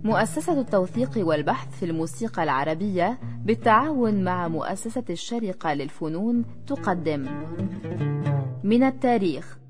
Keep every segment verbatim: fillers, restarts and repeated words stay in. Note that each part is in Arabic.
مؤسسة التوثيق والبحث في الموسيقى العربية بالتعاون مع مؤسسة الشارقة للفنون تقدم من التاريخ.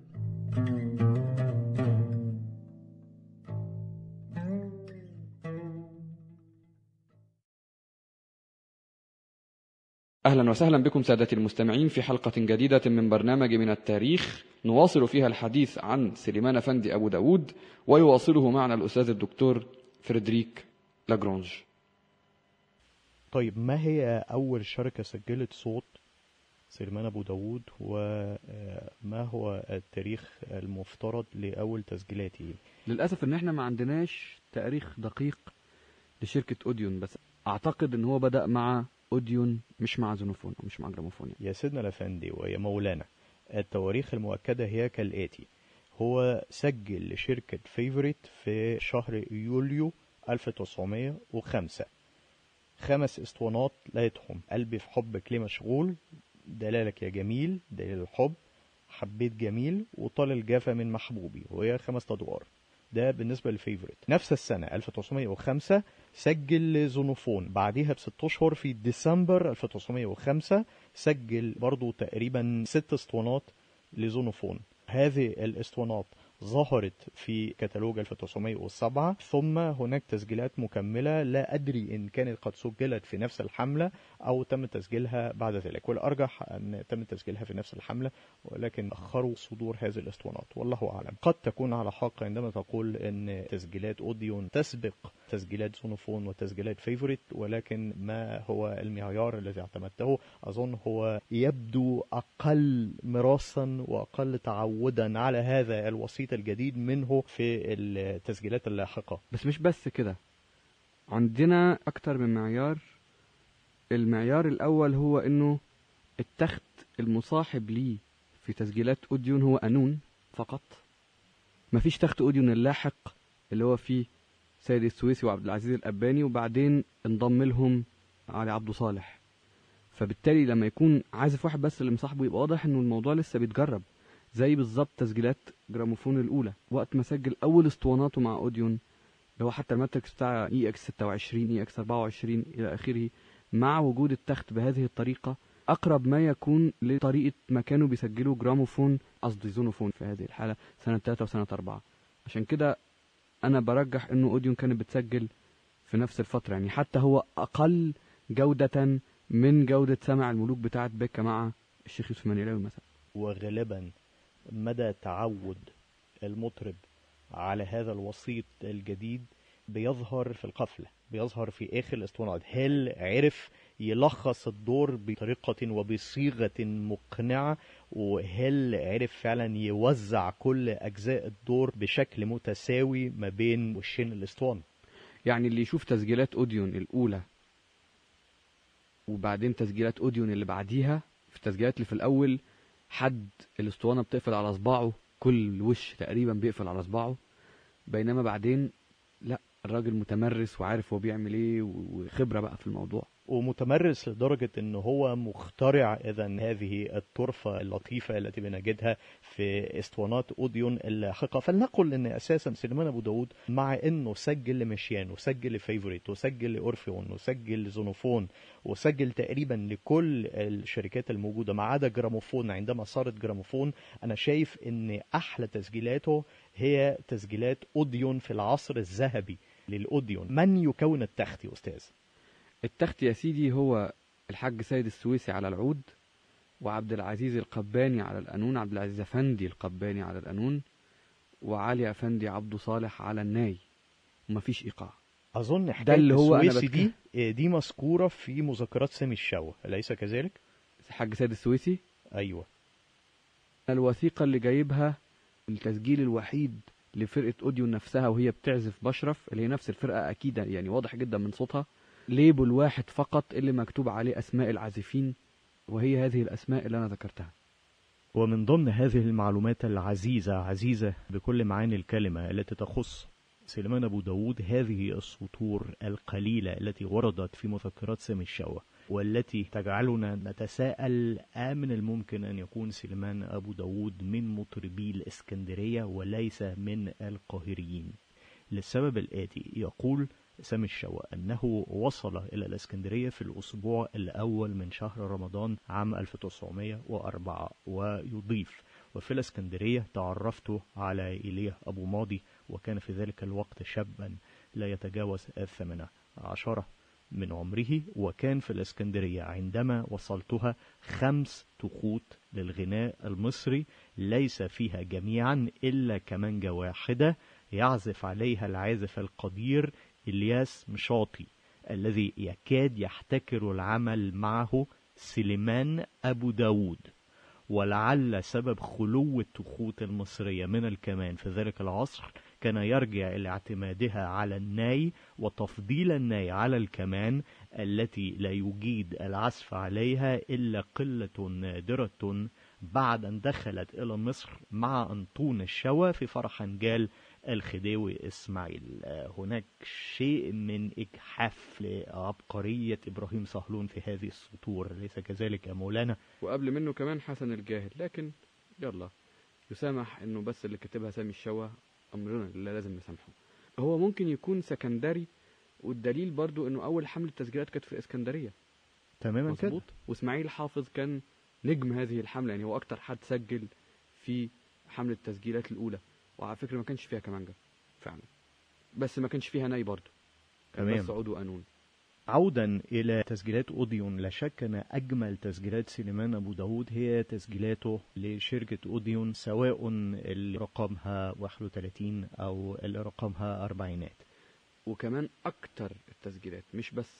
أهلا وسهلا بكم سادتي المستمعين في حلقة جديدة من برنامج من التاريخ، نواصل فيها الحديث عن سليمان أفندي أبو داود، ويواصله معنا الأستاذ الدكتور فريدريك لاجرونج. طيب، ما هي أول شركة سجلت صوت سليمان أبو داود، وما هو التاريخ المفترض لأول تسجيلاته؟ للأسف إن احنا ما عندناش تاريخ دقيق لشركة أوديون، بس أعتقد إن هو بدأ مع أوديون مش مع زونوفون أو مش مع جراموفون. يا سيدنا الأفندي ويا مولانا، التواريخ المؤكدة هي كالآتي: هو سجل لشركة فيفوريت في شهر يوليو ألف وتسعمائة وخمسة خمس اسطوانات لقيتهم: قلبي في حبك ليه مشغول، دلالك يا جميل، دليل الحب، حبيت جميل، وطال الجافة من محبوبي، وهي خمس أدوار. ده بالنسبة للفيفوريت. نفس السنة ألف وتسعمائة وخمسة سجل لزونوفون، بعديها بست اشهر في ديسمبر ألف وتسعمائة وخمسة سجل برضو تقريبا ست اسطوانات لزونوفون. هذه الاسطوانات ظهرت في كتالوج ألف وتسعمائة وسبعة، ثم هناك تسجيلات مكملة لا أدري إن كانت قد سجلت في نفس الحملة أو تم تسجيلها بعد ذلك، والأرجح أن تم تسجيلها في نفس الحملة، ولكن أخروا صدور هذه الاسطوانات، والله أعلم. قد تكون على حق عندما تقول أن تسجيلات أوديون تسبق تسجيلات زونوفون وتسجيلات فيفوريت، ولكن ما هو المعيار الذي اعتمدته؟ أظن هو يبدو أقل مراسا وأقل تعودا على هذا الوسيط الجديد منه في التسجيلات اللاحقة. بس مش بس كده، عندنا أكتر من معيار. المعيار الأول هو إنه التخت المصاحب ليه في تسجيلات أوديون هو قانون فقط، مفيش تخت أوديون اللاحق اللي هو فيه سيد السويسي وعبد العزيز الأباني وبعدين انضم لهم علي عبد صالح. فبالتالي لما يكون عازف واحد بس اللي مصاحبه يبقى واضح إنه الموضوع لسه بيتجرب، زي بالظبط تسجيلات جراموفون الأولى وقت ما سجل أول اسطواناته مع أوديون، اللي هو حتى الماتريكس بتاع إي إكس ستة وعشرين إي إكس أربعة وعشرين إلى آخره. مع وجود التخت بهذه الطريقة أقرب ما يكون لطريقة ما كانوا بيسجلوا جراموفون، قصدي زونوفون في هذه الحالة، سنة ثلاثة وسنة أربعة. عشان كده أنا برجح إنه أوديون كانت بتسجل في نفس الفترة، يعني حتى هو أقل جودة من جودة سمع الملوك بتاعة بيكا مع الشيخ يوسف منيلاوي مثلا. وغالبا مدى تعود المطرب على هذا الوسيط الجديد بيظهر في القفلة، بيظهر في آخر الاسطوانات. هل عرف يلخص الدور بطريقة وبصيغة مقنعة، وهل عرف فعلا يوزع كل أجزاء الدور بشكل متساوي ما بين وشين الاسطوانة؟ يعني اللي يشوف تسجيلات أوديون الأولى وبعدين تسجيلات أوديون اللي بعديها، في التسجيلات اللي في الأول حد الاسطوانة بتقفل على صباعه، كل وش تقريبا بيقفل على صباعه، بينما بعدين لا، الراجل متمرس وعارف هو بيعمل ايه وخبرة بقى في الموضوع، ومتمرس لدرجة ان هو مخترع اذا هذه الطرفة اللطيفة التي بنجدها في اسطوانات أوديون اللاحقة. فلنقل ان اساسا سليمان ابو داود مع انه سجل لمشيان وسجل لفيفوريت وسجل لأورفيون وسجل لزونوفون وسجل تقريبا لكل الشركات الموجودة ما عدا جراموفون عندما صارت جراموفون، انا شايف ان احلى تسجيلاته هي تسجيلات أوديون في العصر الذهبي للأوديون. من يكون التخت يا أستاذ؟ التخت يا سيدي هو الحاج سيد السويسي على العود، وعبد العزيز القباني على القانون، عبد العزيز أفندي القباني على القانون، وعلي أفندي عبد صالح على الناي، ومفيش إيقاع. أظن حكاية السويسي دي دي مذكورة في مذكرات سامي الشاوة، أليس كذلك؟ الحاج سيد السويسي؟ أيوة. الوثيقة اللي جايبها التسجيل الوحيد لفرقة أوديون نفسها وهي بتعزف بشرف، اللي هي نفس الفرقة أكيد، يعني واضح جدا من صوتها، ليبل واحد فقط اللي مكتوب عليه أسماء العازفين، وهي هذه الأسماء اللي أنا ذكرتها. ومن ضمن هذه المعلومات العزيزة عزيزة بكل معاني الكلمة التي تخص سليمان أبو داود هذه السطور القليلة التي وردت في مذكرات سامي الشاوة، والتي تجعلنا نتساءل آمن الممكن أن يكون سليمان أبو داود من مطربي الإسكندرية وليس من القاهريين، للسبب الآتي: يقول سامي الشوا أنه وصل إلى الإسكندرية في الأسبوع الأول من شهر رمضان عام ألف وتسعمائة وأربعة، ويضيف: وفي الإسكندرية تعرفت على إيليا أبو ماضي، وكان في ذلك الوقت شابا لا يتجاوز الثامنة عشرة من عمره، وكان في الإسكندرية عندما وصلتها خمس تخوت للغناء المصري ليس فيها جميعا إلا كمانجة واحدة يعزف عليها العازف القدير إلياس مشاطي الذي يكاد يحتكر العمل معه سليمان أبو داود. ولعل سبب خلو التخوت المصرية من الكمان في ذلك العصر كان يرجع إلى اعتمادها على الناي وتفضيل الناي على الكمان التي لا يجيد العزف عليها إلا قلة نادرة بعد أن دخلت إلى مصر مع أنطون الشوا في فرحنجال الخديوي إسماعيل. هناك شيء من إجحاف لعبقرية إبراهيم صهلون في هذه السطور، ليس كذلك يا مولانا؟ وقبل منه كمان حسن الجاهل، لكن يلا يسامح انه بس اللي كتبها سامي الشوا، امرنا لله لازم نسامحه. هو ممكن يكون سكندري، والدليل برضو انه اول حملة تسجيلات كانت في اسكندرية تماما كده، واسماعيل حافظ كان نجم هذه الحملة، يعني هو اكتر حد سجل في حملة التسجيلات الاولى. وعلى فكرة ما كانش فيها كمانجا فعلا، بس ما كانش فيها ناي برضو، كان بس عود وقانون. عودا إلى تسجيلات أوديون، لا شك أن أجمل تسجيلات سليمان أبو داود هي تسجيلاته لشركة أوديون، سواء اللي رقمها واحد وثلاثين أو اللي رقمها أربعينات. وكمان أكتر التسجيلات، مش بس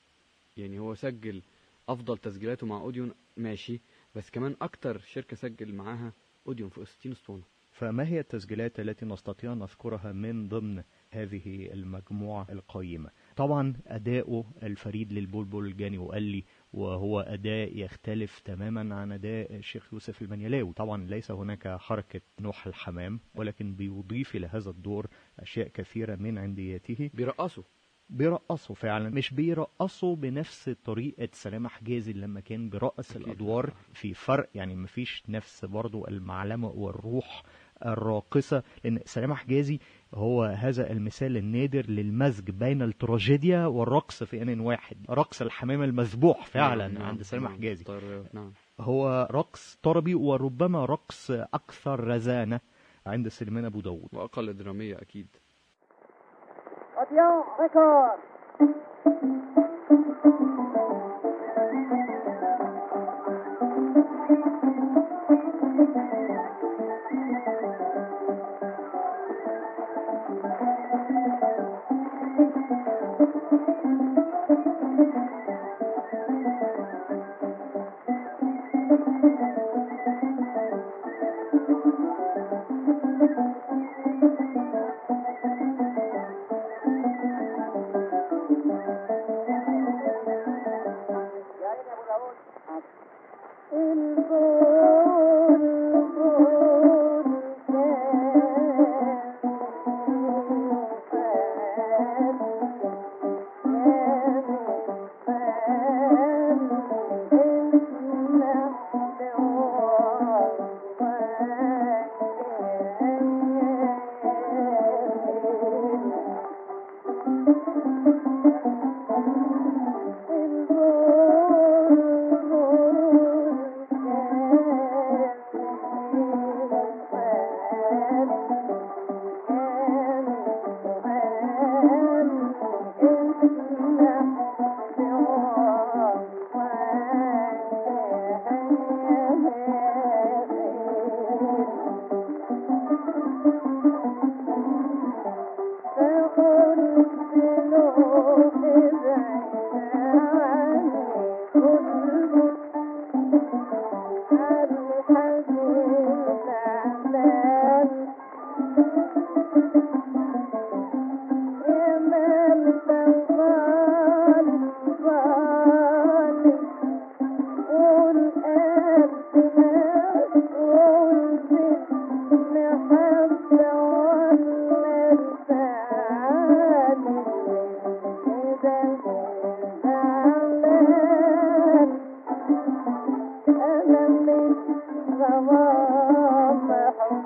يعني هو سجل أفضل تسجيلاته مع أوديون ماشي، بس كمان أكتر شركة سجل معاها أوديون في ستين اسطوانة. فما هي التسجيلات التي نستطيع نذكرها من ضمن هذه المجموعة القيمة؟ طبعا أداؤه الفريد للبلبل الجاني وقال لي، وهو أداء يختلف تماما عن أداء الشيخ يوسف المنيلاوي. طبعا ليس هناك حركة نوح الحمام، ولكن بيضيف إلى هذا الدور أشياء كثيرة من عندياته. بيرقصوا بيرقصوا فعلا، مش بيرقصوا بنفس طريقة سلامة حجازي لما كان بيرقص الأدوار، في فرق يعني مفيش نفس برضو المعلمة والروح الراقصة، لأن سلامة حجازي هو هذا المثال النادر للمزج بين التراجيديا والرقص في آن واحد. رقص الحمام المذبوح فعلا نعم عند سلامة نعم حجازي نعم. هو رقص طربي، وربما رقص أكثر رزانة عند سليمان أبو داود، وأقل درامية أكيد. Attention, record.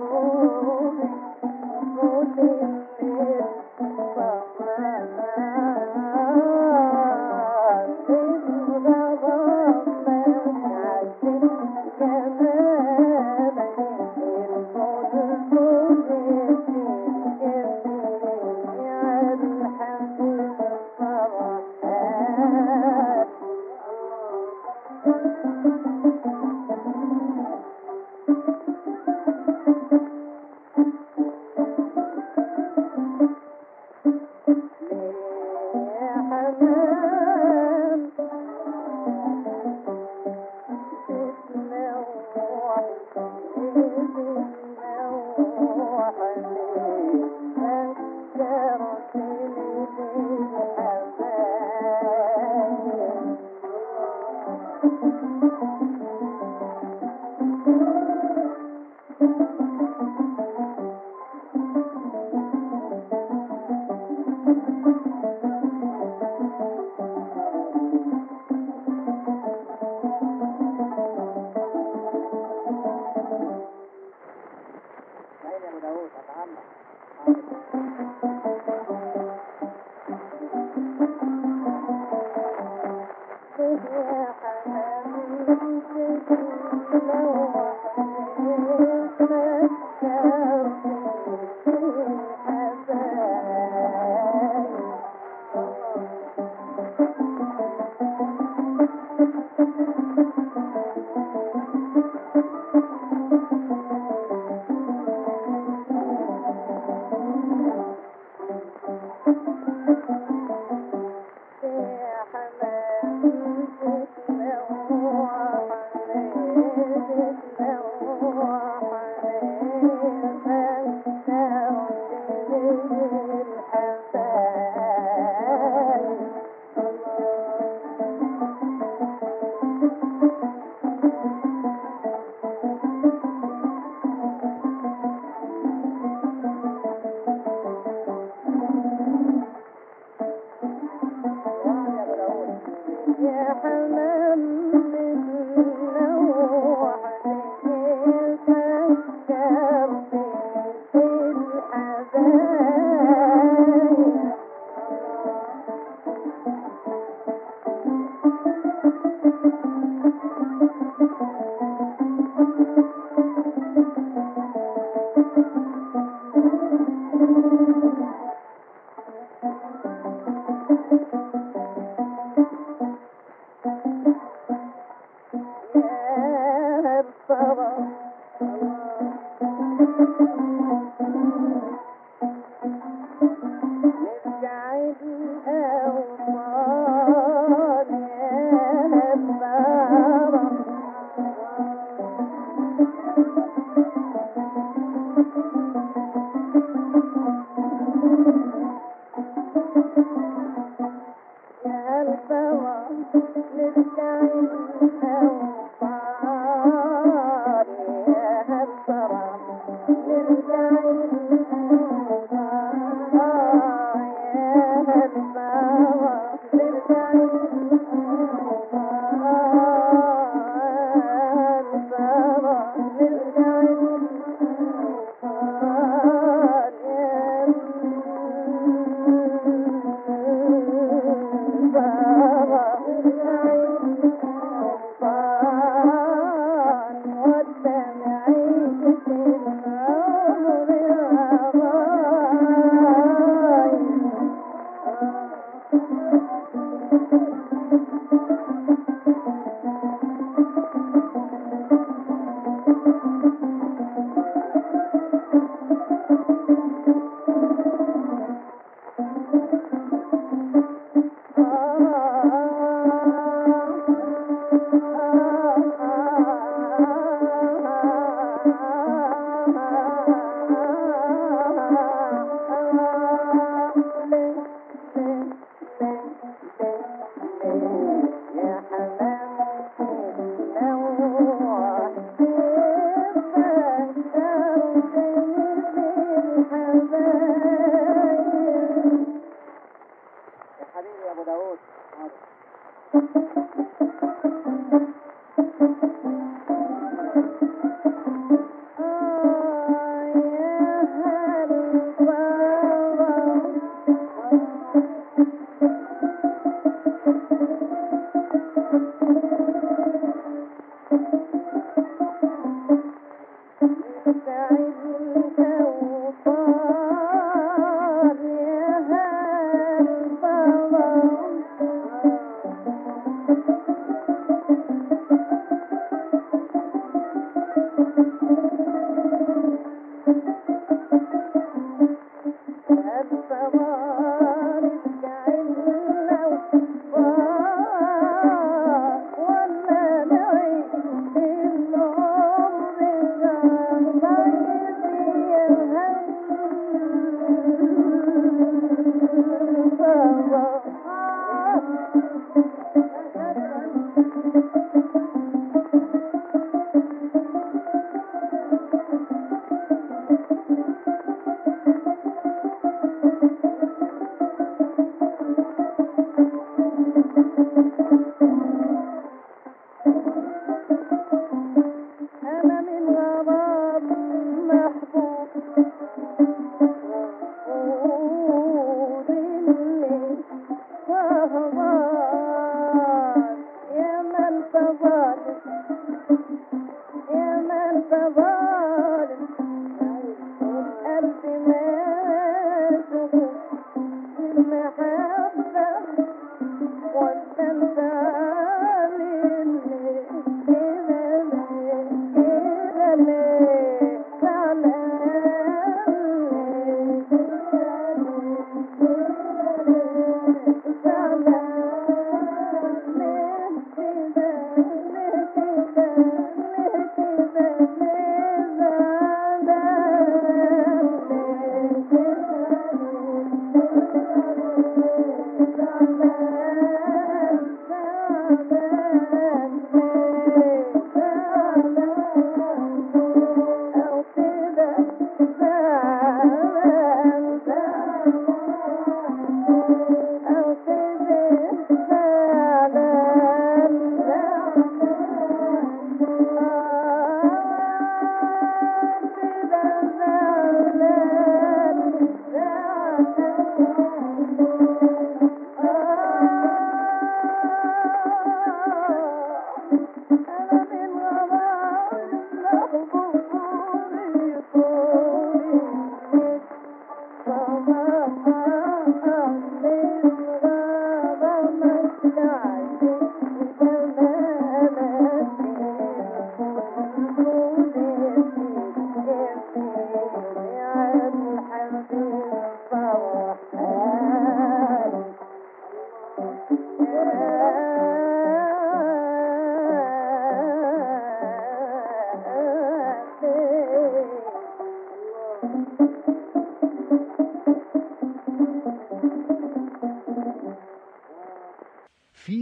محبوبي قولي لي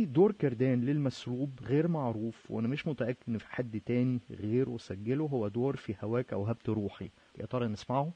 في دور كردان للمسروب غير معروف، وانا مش متأكد ان في حد تاني غيره سجله، هو دور في هواك او هبت روحي. يا ترى نسمعه؟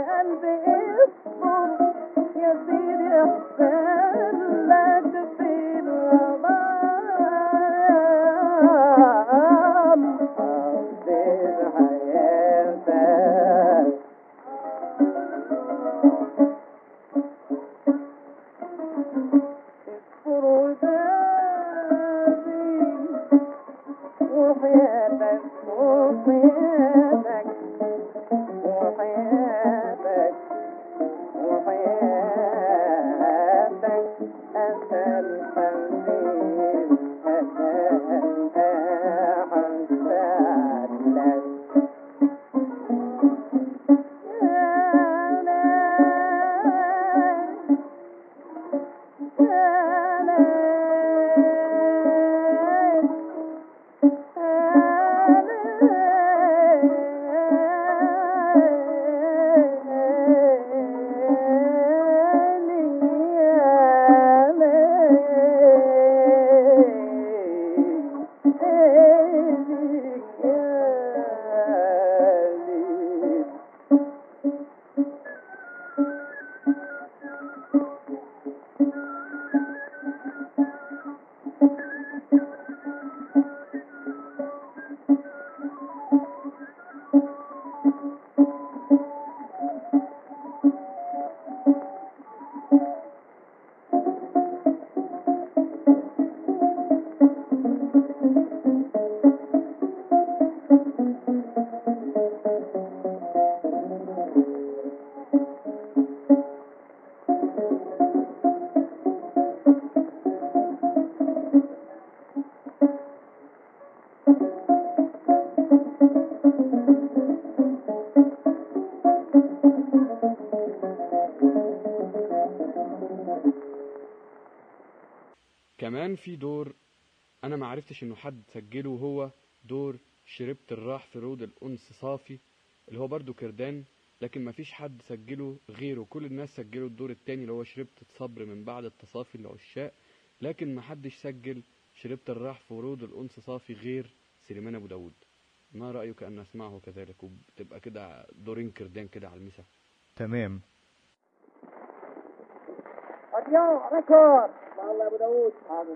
يا سيدي احسن لك في كمان في دور انا ما عرفتش انه حد سجله، هو دور شربت الراح في رود الانس صافي، اللي هو برضو كردان، لكن ما فيش حد سجله غيره. كل الناس سجلوا الدور التاني اللي هو شربت الصبر من بعد التصافي العشاق، لكن ما حدش سجل شربت الراح في ورود الانس صافي غير سليمان ابو داود. ما رايك ان نسمعه كذلك وبتبقى كده دورين كردان كده على المسا؟ تمام. اديو ريكورد والله ابو داود حاضر.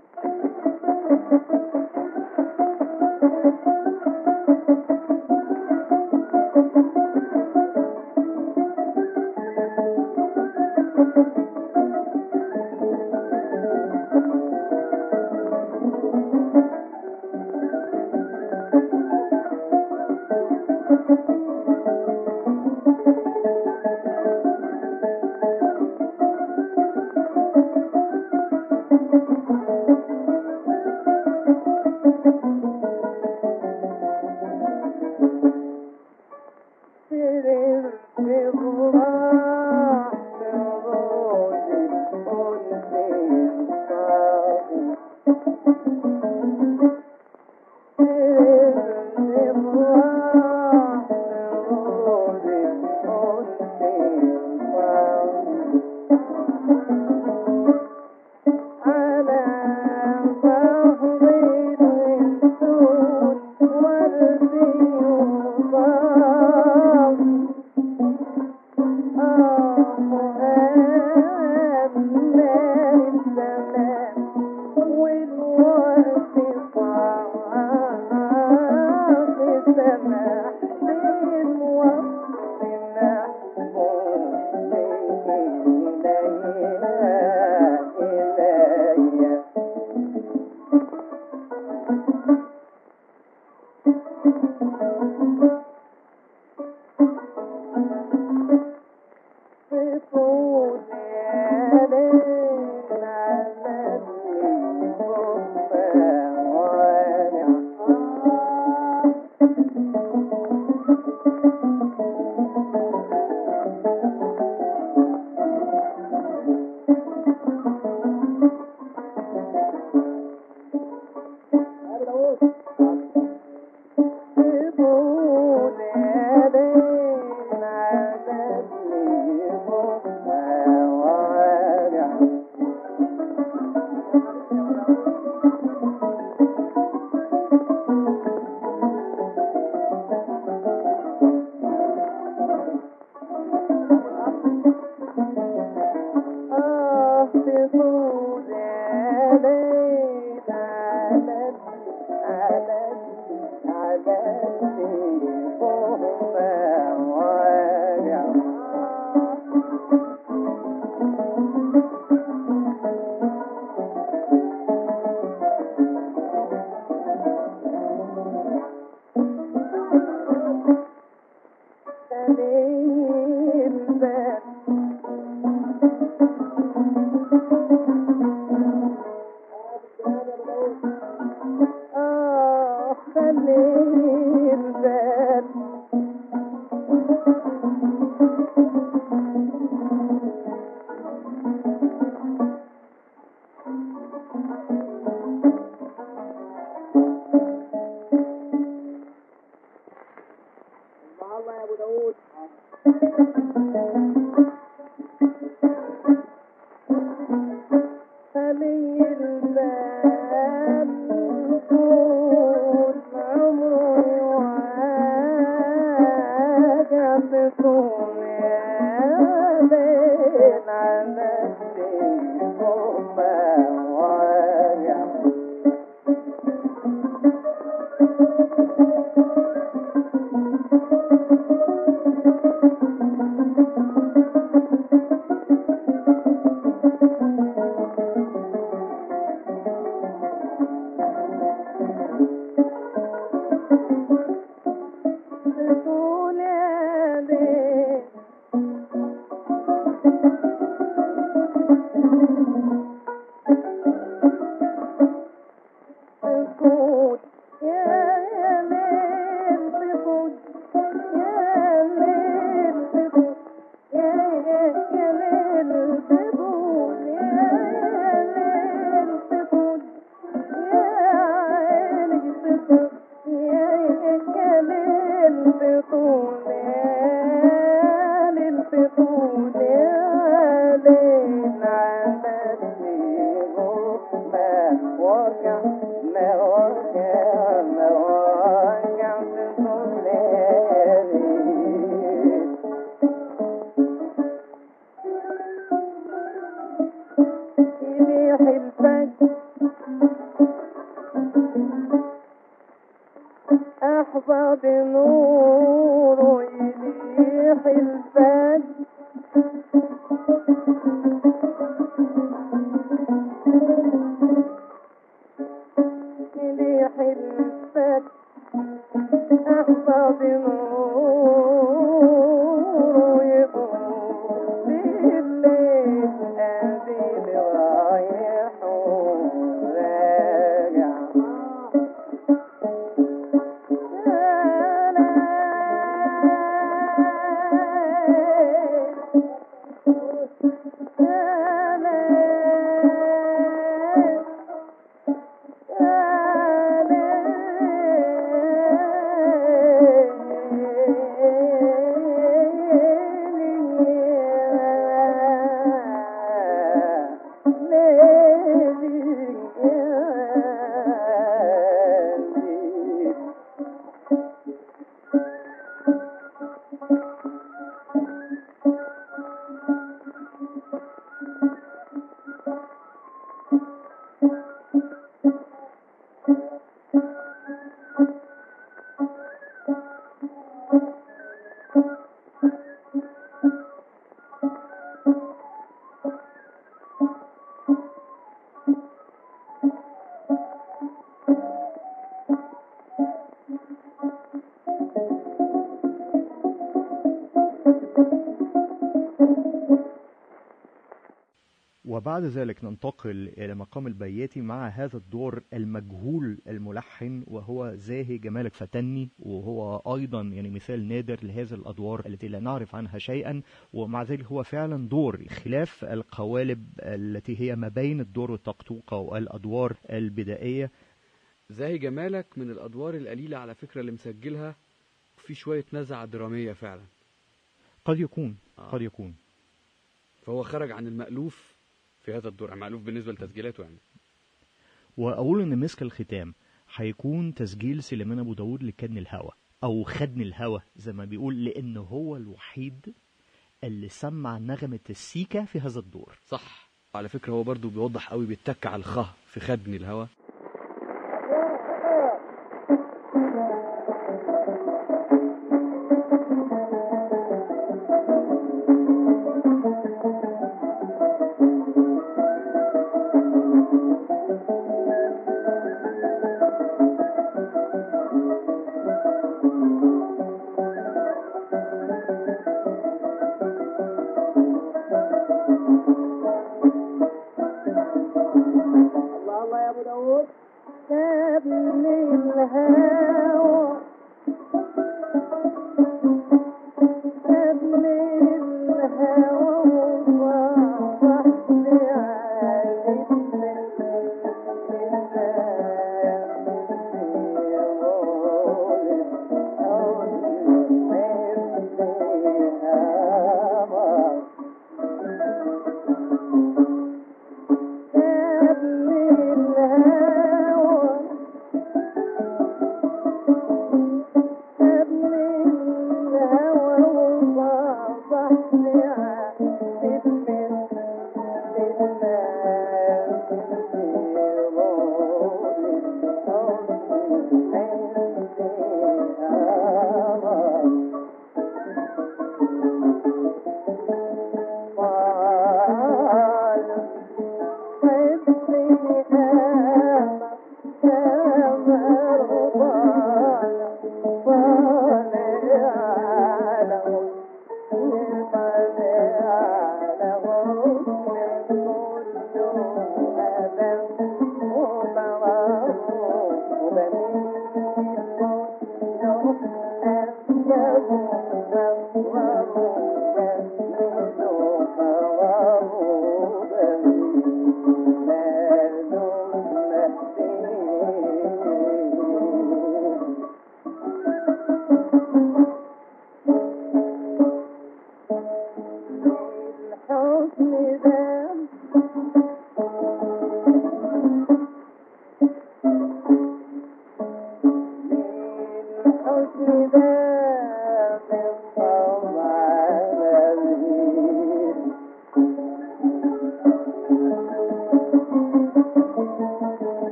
الله يا ابو داوود. علي الباب طول عمري وعاقبتكم يا بين عملتي قبة وعاقب. أحظى بنور يليح الفجر يليح الفجر أحظى بنور يقول بالليل أبي رايح وراجع. وبعد ذلك ننتقل إلى مقام البياتي مع هذا الدور المجهول الملحن وهو زاهي جمال فتني، وهو أيضا يعني مثال نادر لهذه الأدوار التي لا نعرف عنها شيئا، ومع ذلك هو فعلا دور خلاف القوالب التي هي ما بين الدور الطقطوقة والأدوار البدائية. زاهي جمالك من الأدوار القليلة على فكرة اللي مسجلها في شوية نزعة درامية فعلا. قد يكون آه. قد يكون فهو خرج عن المألوف في هذا الدور، مألوف بالنسبة لتسجيلاته يعني. وأقول إن مسك الختام هيكون تسجيل سليمان أبو داود لكن الهوى أو خدن الهوى زي ما بيقول، لأنه هو الوحيد اللي سمع نغمة السيكا في هذا الدور. صح. على فكرة هو برضو بيوضح قوي، بيتك على الخاء في خدن الهوى. الله الله يا ابو داوود.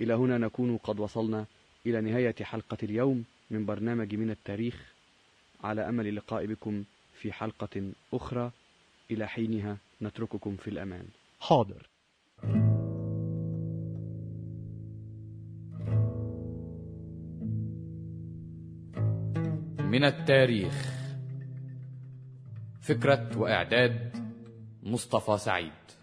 إلى هنا نكون قد وصلنا إلى نهاية حلقة اليوم من برنامج من التاريخ، على أمل اللقاء بكم في حلقة أخرى. إلى حينها نترككم في الأمان. حاضر. من التاريخ، فكرة وإعداد مصطفى سعيد.